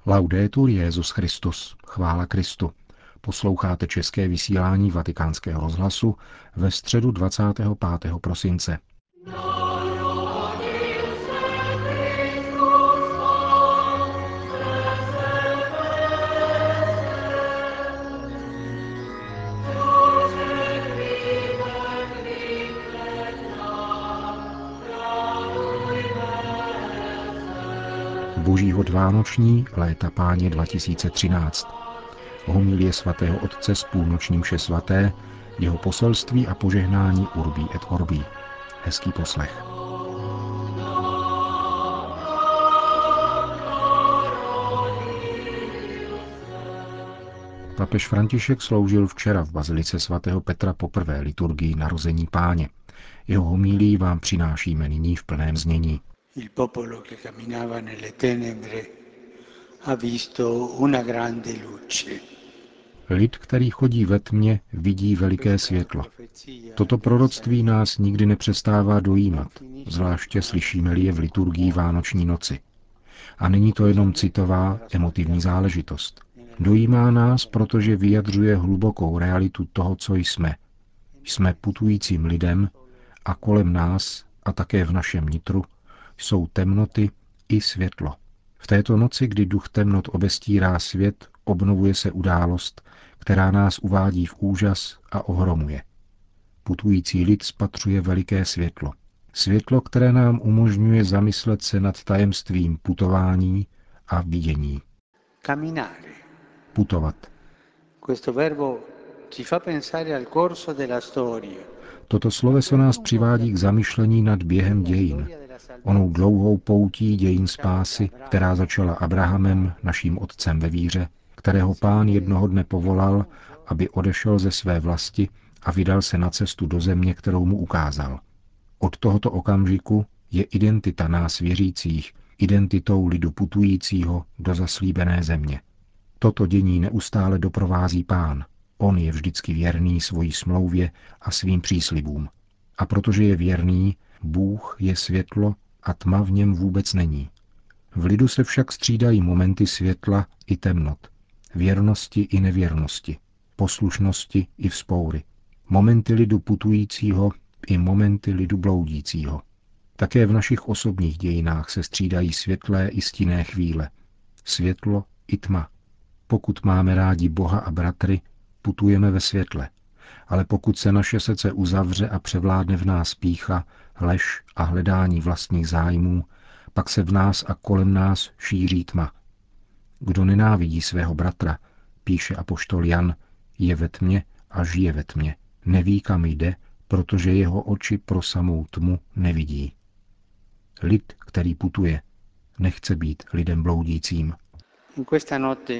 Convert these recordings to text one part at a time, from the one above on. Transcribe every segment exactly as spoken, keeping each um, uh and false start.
Laudetur Jesus Christus, chvála Kristu. Posloucháte české vysílání Vatikánského rozhlasu ve středu dvacátého pátého prosince. Boží hod vánoční léta Páně dva tisíce třináct. Homilie svatého otce s půlnoční mše svaté, jeho poselství a požehnání Urbi et Orbi. Hezký poslech. Papež František sloužil včera v bazilice svatého Petra poprvé liturgii narození Páně. Jeho homilii vám přinášíme nyní v plném znění. Il popolo che camminava nelle tenebre ha visto una grande luce. Lid, který chodí ve tmě, vidí veliké světlo. Toto proroctví nás nikdy nepřestává dojímat, zvláště slyšíme-li je v liturgii Vánoční noci. A není to jenom citová, emotivní záležitost. Dojímá nás, protože vyjadřuje hlubokou realitu toho, co jsme. Jsme putujícím lidem a kolem nás a také v našem nitru jsou temnoty i světlo. V této noci, kdy duch temnot obestírá svět, obnovuje se událost, která nás uvádí v úžas a ohromuje. Putující lid spatřuje veliké světlo. Světlo, které nám umožňuje zamyslet se nad tajemstvím putování a vidění. Camminare. Putovat. Questo verbo ci fa pensare al corso della storia. Toto sloveso nás přivádí k zamyšlení nad během dějin, onou dlouhou poutí dějin spásy, která začala Abrahamem, naším otcem ve víře, kterého Pán jednoho dne povolal, aby odešel ze své vlasti a vydal se na cestu do země, kterou mu ukázal. Od tohoto okamžiku je identita nás věřících identitou lidu putujícího do zaslíbené země. Toto dění neustále doprovází Pán. On je vždycky věrný svojí smlouvě a svým příslibům. A protože je věrný, Bůh je světlo a tma v něm vůbec není. V lidu se však střídají momenty světla i temnot, věrnosti i nevěrnosti, poslušnosti i vzpoury, momenty lidu putujícího i momenty lidu bloudícího. Také v našich osobních dějinách se střídají světlé i stinné chvíle, světlo i tma. Pokud máme rádi Boha a bratry, putujeme ve světle, ale pokud se naše srdce uzavře a převládne v nás pýcha, lež a hledání vlastních zájmů, pak se v nás a kolem nás šíří tma. Kdo nenávidí svého bratra, píše apoštol Jan, je ve tmě a žije ve tmě. Neví, kam jde, protože jeho oči pro samou tmu nevidí. Lid, který putuje, nechce být lidem bloudícím. In questa notte,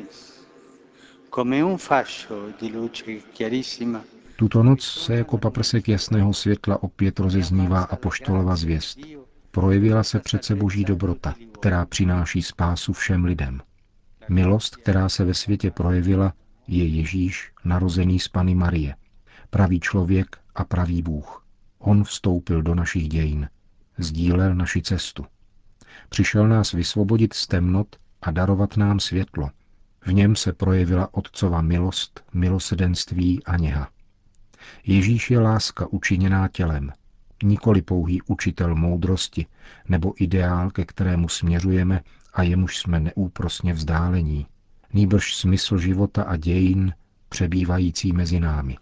come un fascio di luce chiarissima, Tuto noc se jako paprsek jasného světla opět rozeznívá apoštolova zvěst. Projevila se přece boží dobrota, která přináší spásu všem lidem. Milost, která se ve světě projevila, je Ježíš, narozený z Panny Marie, pravý člověk a pravý Bůh. On vstoupil do našich dějin, sdílel naši cestu. Přišel nás vysvobodit z temnot a darovat nám světlo. V něm se projevila Otcova milost, milosrdenství a něha. Ježíš je láska učiněná tělem, nikoli pouhý učitel moudrosti nebo ideál, ke kterému směřujeme a jemuž jsme neúprosně vzdálení, nýbrž smysl života a dějin přebývající mezi námi.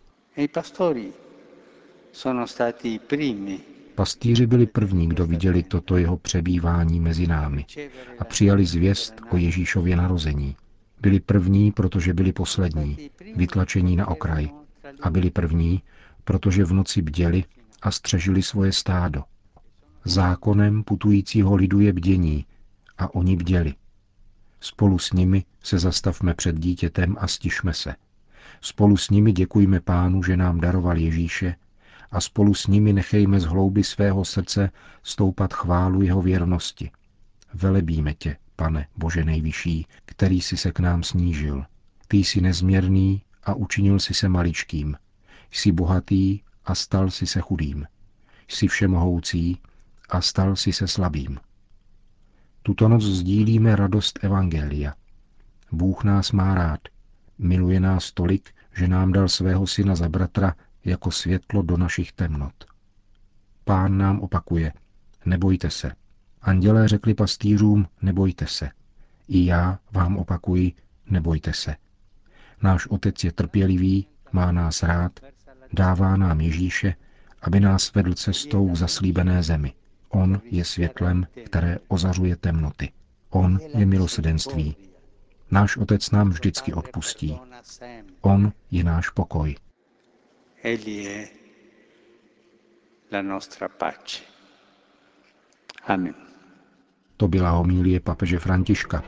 Pastýři byli první, kdo viděli toto jeho přebývání mezi námi a přijali zvěst o Ježíšově narození. Byli první, protože byli poslední, vytlačení na okraj. A byli první, protože v noci bděli a střežili svoje stádo. Zákonem putujícího lidu je bdění a oni bděli. Spolu s nimi se zastavme před dítětem a stišme se. Spolu s nimi děkujme Pánu, že nám daroval Ježíše a spolu s nimi nechejme z hlouby svého srdce stoupat chválu jeho věrnosti. Velebíme tě, Pane, Bože nejvyšší, který jsi se k nám snížil. Ty jsi nezměrný a učinil jsi se maličkým. Jsi bohatý a stal jsi se chudým. Jsi všemohoucí a stal jsi se slabým. Tuto noc sdílíme radost evangelia. Bůh nás má rád. Miluje nás tolik, že nám dal svého syna za bratra jako světlo do našich temnot. Pán nám opakuje, nebojte se. Andělé řekli pastýřům, nebojte se. I já vám opakuji, nebojte se. Náš Otec je trpělivý, má nás rád, dává nám Ježíše, aby nás vedl cestou k zaslíbené zemi. On je světlem, které ozařuje temnoty. On je milosrdenství. Náš Otec nám vždycky odpustí. On je náš pokoj. Amen. To byla homilie papeže Františka.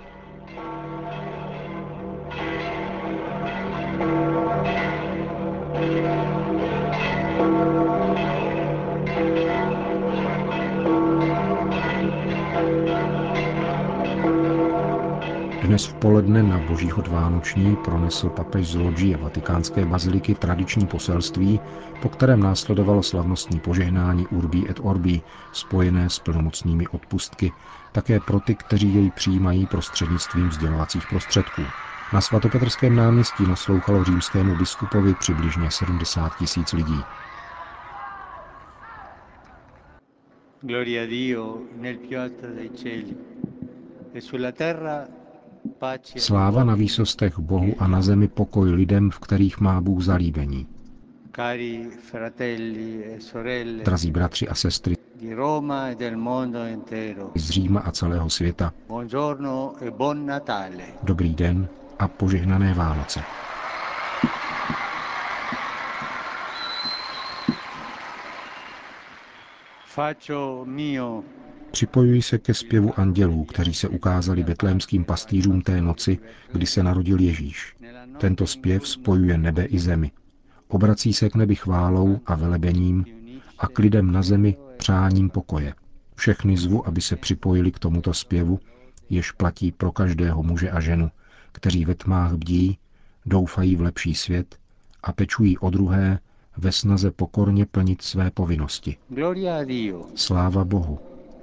Dnes v poledne na Boží hod vánoční pronesl papež z lodžie vatikánské baziliky tradiční poselství, po kterém následovalo slavnostní požehnání Urbi et Orbi, spojené s plnomocnými odpustky, také pro ty, kteří jej přijímají prostřednictvím sdělovacích prostředků. Na svatopetrském náměstí naslouchalo římskému biskupovi přibližně sedmdesát tisíc lidí. Gloria a Dio nel più alto dei cieli e sulla terra. Sláva na výsostech Bohu a na zemi pokoj lidem, v kterých má Bůh zalíbení. Drazí bratři a sestry z Říma a celého světa, dobrý den a požehnané Vánoce. Připojuji se ke zpěvu andělů, kteří se ukázali betlémským pastýřům té noci, kdy se narodil Ježíš. Tento zpěv spojuje nebe i zemi. Obrací se k nebi chválou a velebením a k lidem na zemi přáním pokoje. Všechny zvu, aby se připojili k tomuto zpěvu, jež platí pro každého muže a ženu, kteří ve tmách bdí, doufají v lepší svět a pečují o druhé ve snaze pokorně plnit své povinnosti. Sláva Bohu.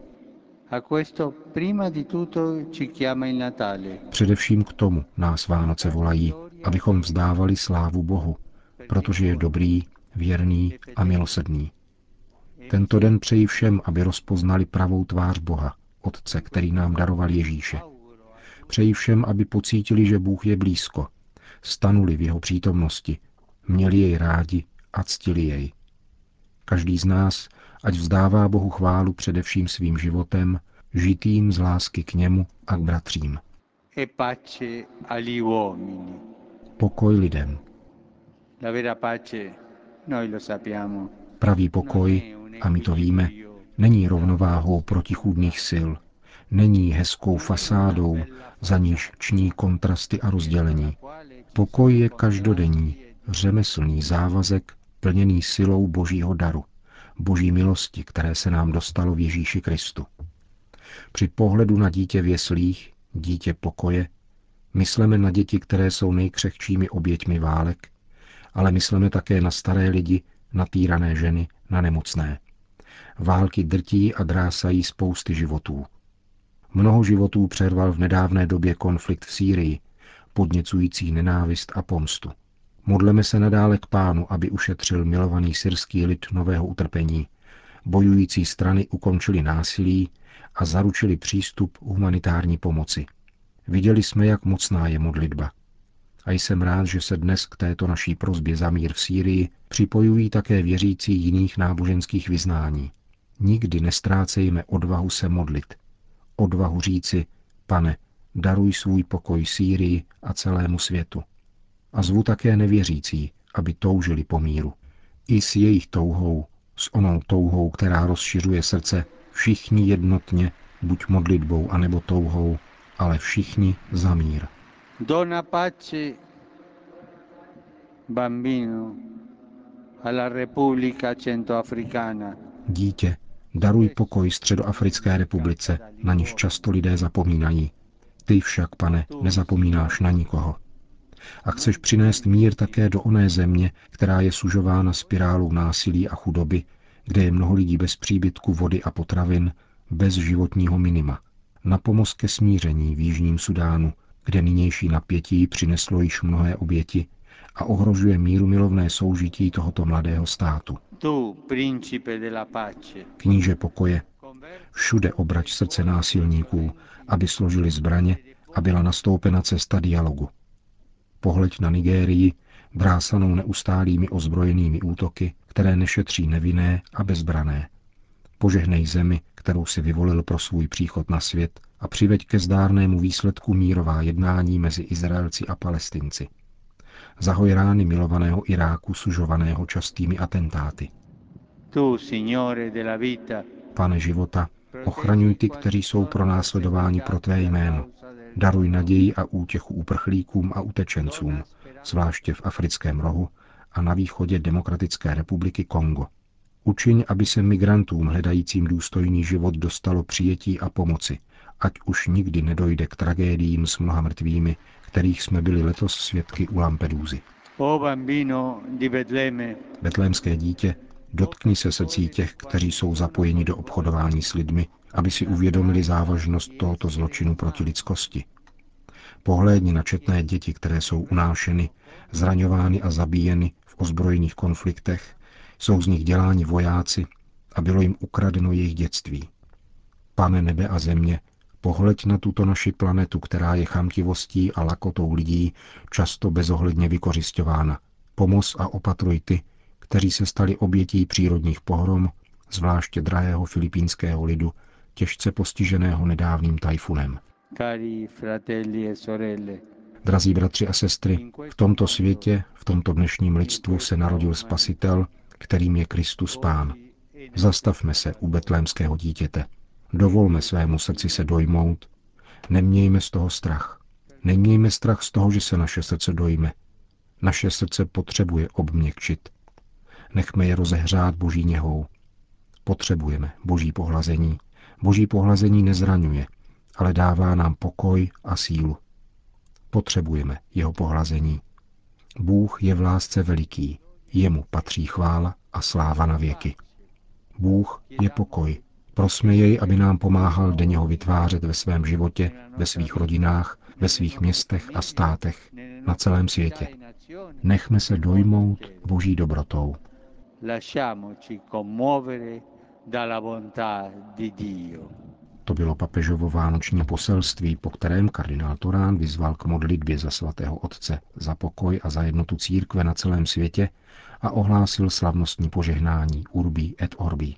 Především k tomu nás Vánoce volají, abychom vzdávali slávu Bohu, protože je dobrý, věrný a milosrdný. Tento den přeji všem, aby rozpoznali pravou tvář Boha, Otce, který nám daroval Ježíše. Přeji všem, aby pocítili, že Bůh je blízko, stanuli v jeho přítomnosti, měli jej rádi a ctili jej. Každý z nás, ať vzdává Bohu chválu především svým životem, žitým z lásky k němu a k bratřím. E pace agli uomini. Pokoj lidem. La vera pace, noi lo sappiamo. Pravý pokoj, a my to víme, není rovnováhou protichůdných sil, není hezkou fasádou, za níž ční kontrasty a rozdělení. Pokoj je každodenní, řemeslný závazek plněný silou Božího daru, Boží milosti, které se nám dostalo v Ježíši Kristu. Při pohledu na dítě v jeslích, dítě pokoje, mysleme na děti, které jsou nejkřehčími oběťmi válek, ale myslíme také na staré lidi, na týrané ženy, na nemocné. Války drtí a drásají spousty životů. Mnoho životů přerval v nedávné době konflikt v Sýrii, podněcující nenávist a pomstu. Modleme se nadále k Pánu, aby ušetřil milovaný syrský lid nového utrpení. Bojující strany ukončily násilí a zaručili přístup humanitární pomoci. Viděli jsme, jak mocná je modlitba. A jsem rád, že se dnes k této naší prosbě za mír v Sýrii připojují také věřící jiných náboženských vyznání. Nikdy nestrácejme odvahu se modlit. Odvahu říci, Pane, daruj svůj pokoj Sýrii a celému světu. A zvu také nevěřící, aby toužili po míru. I s jejich touhou, s onou touhou, která rozšiřuje srdce, všichni jednotně, buď modlitbou anebo touhou, ale všichni za mír. Dona pace, bambino, alla Repubblica Centroafricana. Dítě, daruj pokoj Středoafrické republice, na níž často lidé zapomínají. Ty však, Pane, nezapomínáš na nikoho. A chceš přinést mír také do oné země, která je sužována spirálou násilí a chudoby, kde je mnoho lidí bez příbytku vody a potravin, bez životního minima. Napomoz ke smíření v Jižním Sudánu, kde nynější napětí přineslo již mnohé oběti a ohrožuje mírumilovné soužití tohoto mladého státu. Kníže pokoje, všude obrať srdce násilníků, aby složili zbraně a byla nastoupena cesta dialogu. Pohleď na Nigérii, drásanou neustálými ozbrojenými útoky, které nešetří nevinné a bezbrané. Požehnej zemi, kterou si vyvolil pro svůj příchod na svět, a přiveď ke zdárnému výsledku mírová jednání mezi Izraelci a Palestinci. Zahoj rány milovaného Iráku sužovaného častými atentáty. Pane života, ochraňuj ty, kteří jsou pronásledováni pro tvé jméno. Daruj naději a útěchu uprchlíkům a utečencům, zvláště v africkém rohu a na východě Demokratické republiky Kongo. Učiň, aby se migrantům hledajícím důstojný život dostalo přijetí a pomoci, ať už nikdy nedojde k tragédiím s mnoha mrtvými, kterých jsme byli letos svědky u Lampedusy. Betlémské dítě, dotkni se srdcí těch, kteří jsou zapojeni do obchodování s lidmi, aby si uvědomili závažnost tohoto zločinu proti lidskosti. Pohlédni na četné děti, které jsou unášeny, zraňovány a zabíjeny v ozbrojených konfliktech, jsou z nich děláni vojáci a bylo jim ukradeno jejich dětství. Pane nebe a země, pohleď na tuto naši planetu, která je chamtivostí a lakotou lidí často bezohledně vykořisťována. Pomoz a opatruj ty, kteří se stali obětí přírodních pohrom, zvláště drahého filipínského lidu, těžce postiženého nedávným tajfunem. Drazí bratři a sestry, v tomto světě, v tomto dnešním lidstvu se narodil Spasitel, kterým je Kristus Pán. Zastavme se u betlémského dítěte. Dovolme svému srdci se dojmout. Nemějme z toho strach. Nemějme strach z toho, že se naše srdce dojme. Naše srdce potřebuje obměkčit. Nechme je rozehřát boží něhou. Potřebujeme boží pohlazení. Boží pohlazení nezraňuje, ale dává nám pokoj a sílu. Potřebujeme jeho pohlazení. Bůh je v lásce veliký, jemu patří chvála a sláva na věky. Bůh je pokoj. Prosme jej, aby nám pomáhal denně ho vytvářet ve svém životě, ve svých rodinách, ve svých městech a státech, na celém světě. Nechme se dojmout boží dobrotou. To bylo papežovo vánoční poselství, po kterém kardinál Torán vyzval k modlitbě za svatého otce, za pokoj a za jednotu církve na celém světě a ohlásil slavnostní požehnání Urbi et Orbi.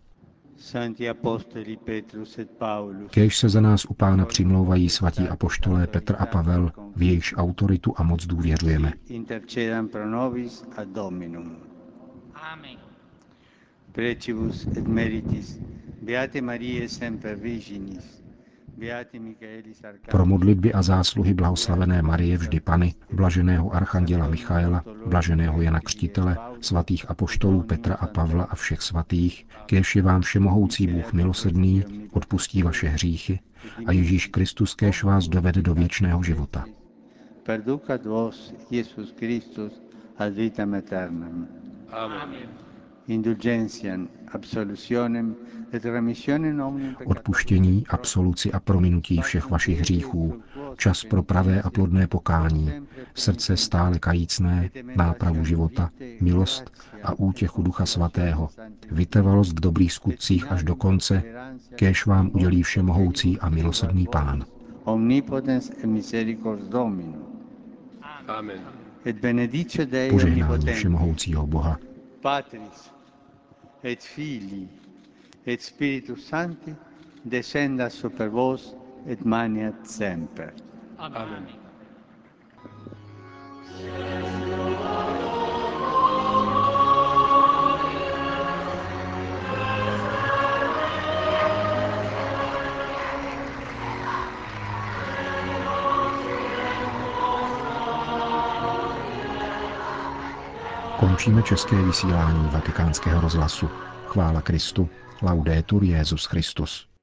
Kéž se za nás u Pána přimlouvají svatí apoštolé Petr a Pavel, v jejichž autoritu a moc důvěřujeme. Precibus et meritis Beate Mariae semper Virginis, Beati Michaelis Archangelis. Pro modlitby a zásluhy blahoslavené Marie vždy Panny, blaženého archanděla Michaela, blaženého Jana Křtitele, svatých apoštolů Petra a Pavla a všech svatých, kéž je vám všemohoucí Bůh milosrdný, odpustí vaše hříchy a Ježíš Kristus kéž vás dovede do věčného života. Perducat vos Iesus Christus ad vitam aeternam. Amen. Odpuštění, absoluci a prominutí všech vašich hříchů, čas pro pravé a plodné pokání, srdce stále kajícné, nápravu života, milost a útěchu Ducha Svatého, vytrvalost v dobrých skutcích až do konce, kéž vám udělí všemohoucí a milosrdný Pán. Požehnání všemohoucího Boha, Patris et Filii et Spiritus Sancti descendat super vos et maniat semper. Amen. Končíme české vysílání Vatikánského rozhlasu. Chvála Kristu. Laudetur Jesus Christus.